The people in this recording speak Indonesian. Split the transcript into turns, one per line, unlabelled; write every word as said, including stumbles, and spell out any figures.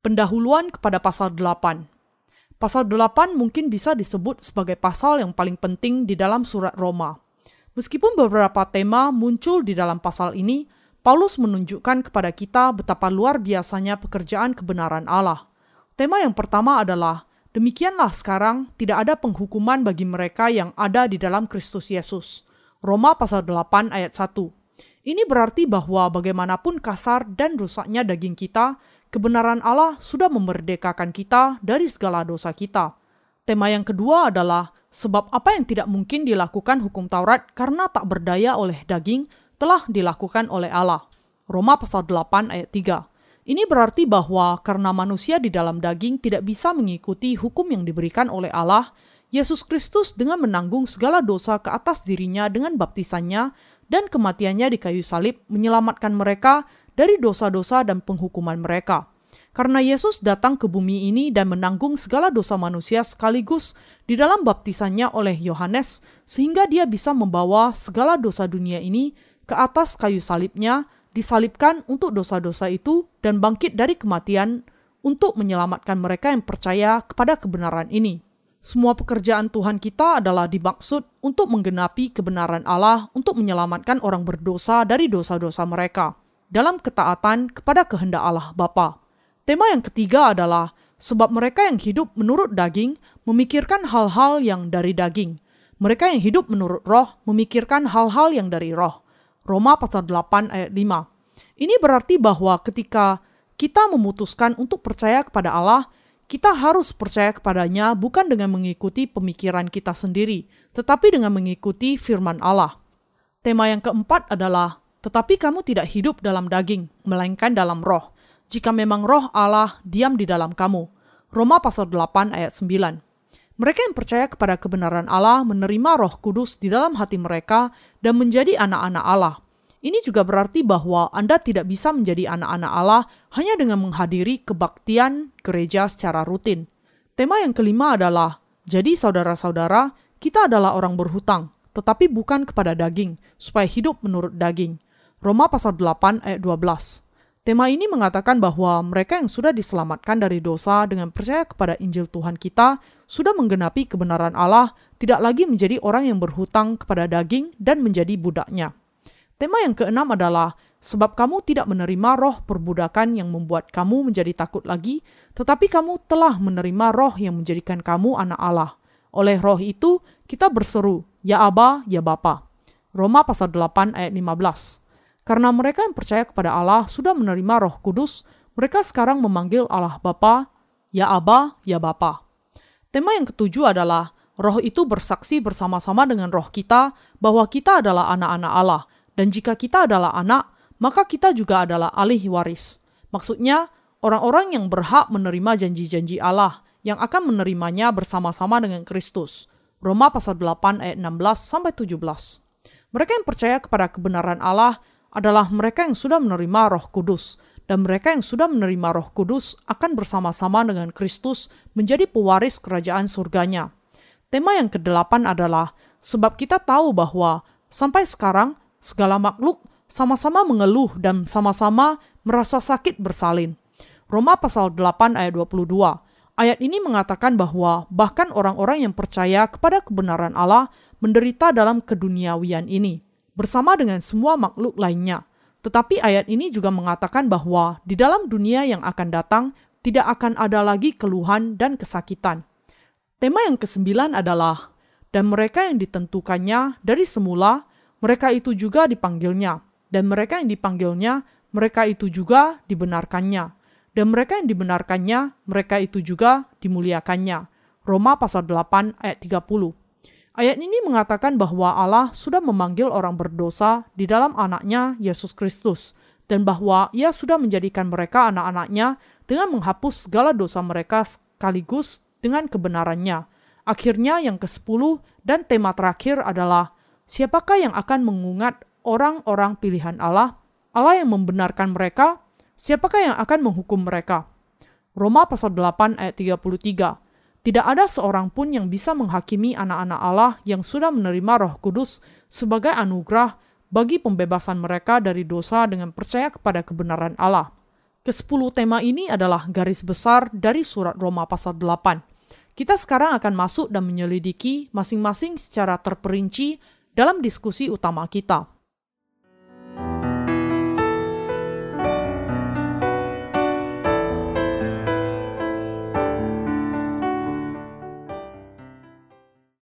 Pendahuluan kepada pasal delapan. Pasal delapan mungkin bisa disebut sebagai pasal yang paling penting di dalam surat Roma. Meskipun beberapa tema muncul di dalam pasal ini, Paulus menunjukkan kepada kita betapa luar biasanya pekerjaan kebenaran Allah. Tema yang pertama adalah, demikianlah sekarang tidak ada penghukuman bagi mereka yang ada di dalam Kristus Yesus. Roma pasal delapan ayat satu. Ini berarti bahwa bagaimanapun kasar dan rusaknya daging kita, kebenaran Allah sudah memerdekakan kita dari segala dosa kita. Tema yang kedua adalah sebab apa yang tidak mungkin dilakukan hukum Taurat karena tak berdaya oleh daging telah dilakukan oleh Allah. Roma pasal delapan ayat tiga. Ini berarti bahwa karena manusia di dalam daging tidak bisa mengikuti hukum yang diberikan oleh Allah, Yesus Kristus dengan menanggung segala dosa ke atas dirinya dengan baptisannya dan kematiannya di kayu salib menyelamatkan mereka dari dosa-dosa dan penghukuman mereka. Karena Yesus datang ke bumi ini dan menanggung segala dosa manusia sekaligus di dalam baptisannya oleh Yohanes, sehingga dia bisa membawa segala dosa dunia ini ke atas kayu salibnya, disalibkan untuk dosa-dosa itu, dan bangkit dari kematian untuk menyelamatkan mereka yang percaya kepada kebenaran ini. Semua pekerjaan Tuhan kita adalah dimaksud untuk menggenapi kebenaran Allah untuk menyelamatkan orang berdosa dari dosa-dosa mereka dalam ketaatan kepada kehendak Allah Bapa. Tema yang ketiga adalah sebab mereka yang hidup menurut daging memikirkan hal-hal yang dari daging. Mereka yang hidup menurut roh memikirkan hal-hal yang dari roh. Roma pasal delapan ayat lima. Ini berarti bahwa ketika kita memutuskan untuk percaya kepada Allah, kita harus percaya kepadanya bukan dengan mengikuti pemikiran kita sendiri, tetapi dengan mengikuti firman Allah. Tema yang keempat adalah tetapi kamu tidak hidup dalam daging, melainkan dalam roh. Jika memang roh Allah diam di dalam kamu. Roma pasal delapan ayat sembilan. Mereka yang percaya kepada kebenaran Allah menerima Roh Kudus di dalam hati mereka dan menjadi anak-anak Allah. Ini juga berarti bahwa Anda tidak bisa menjadi anak-anak Allah hanya dengan menghadiri kebaktian gereja secara rutin. Tema yang kelima adalah, jadi saudara-saudara, kita adalah orang berhutang, tetapi bukan kepada daging, supaya hidup menurut daging. Roma pasal delapan ayat dua belas. Tema ini mengatakan bahwa mereka yang sudah diselamatkan dari dosa dengan percaya kepada Injil Tuhan kita sudah menggenapi kebenaran Allah, tidak lagi menjadi orang yang berhutang kepada daging dan menjadi budaknya. Tema yang keenam adalah sebab kamu tidak menerima roh perbudakan yang membuat kamu menjadi takut lagi, tetapi kamu telah menerima roh yang menjadikan kamu anak Allah. Oleh roh itu kita berseru, ya Aba, ya Bapa. Roma pasal delapan ayat lima belas. Karena mereka yang percaya kepada Allah sudah menerima Roh Kudus, mereka sekarang memanggil Allah Bapa, ya Aba, ya Bapa. Tema yang ketujuh adalah roh itu bersaksi bersama-sama dengan roh kita bahwa kita adalah anak-anak Allah, dan jika kita adalah anak, maka kita juga adalah ahli waris. Maksudnya, orang-orang yang berhak menerima janji-janji Allah yang akan menerimanya bersama-sama dengan Kristus. Roma pasal delapan ayat enam belas sampai tujuh belas. Mereka yang percaya kepada kebenaran Allah adalah mereka yang sudah menerima Roh Kudus, dan mereka yang sudah menerima Roh Kudus akan bersama-sama dengan Kristus menjadi pewaris kerajaan surganya. Tema yang kedelapan adalah sebab kita tahu bahwa sampai sekarang segala makhluk sama-sama mengeluh dan sama-sama merasa sakit bersalin. Roma pasal delapan ayat dua puluh dua. Ayat ini mengatakan bahwa bahkan orang-orang yang percaya kepada kebenaran Allah menderita dalam keduniawian ini bersama dengan semua makhluk lainnya. Tetapi ayat ini juga mengatakan bahwa di dalam dunia yang akan datang tidak akan ada lagi keluhan dan kesakitan. Tema yang kesembilan adalah, dan mereka yang ditentukannya dari semula, mereka itu juga dipanggilnya. Dan mereka yang dipanggilnya, mereka itu juga dibenarkannya. Dan mereka yang dibenarkannya, mereka itu juga dimuliakannya. Roma pasal delapan ayat tiga puluh. Ayat ini mengatakan bahwa Allah sudah memanggil orang berdosa di dalam anaknya Yesus Kristus, dan bahwa ia sudah menjadikan mereka anak-anaknya dengan menghapus segala dosa mereka sekaligus dengan kebenarannya. Akhirnya yang kesepuluh dan tema terakhir adalah, siapakah yang akan mengingat orang-orang pilihan Allah? Allah yang membenarkan mereka, siapakah yang akan menghukum mereka? Roma pasal delapan ayat tiga puluh tiga. Tidak ada seorang pun yang bisa menghakimi anak-anak Allah yang sudah menerima Roh Kudus sebagai anugerah bagi pembebasan mereka dari dosa dengan percaya kepada kebenaran Allah. Kesepuluh tema ini adalah garis besar dari surat Roma pasal delapan. Kita sekarang akan masuk dan menyelidiki masing-masing secara terperinci dalam diskusi utama kita.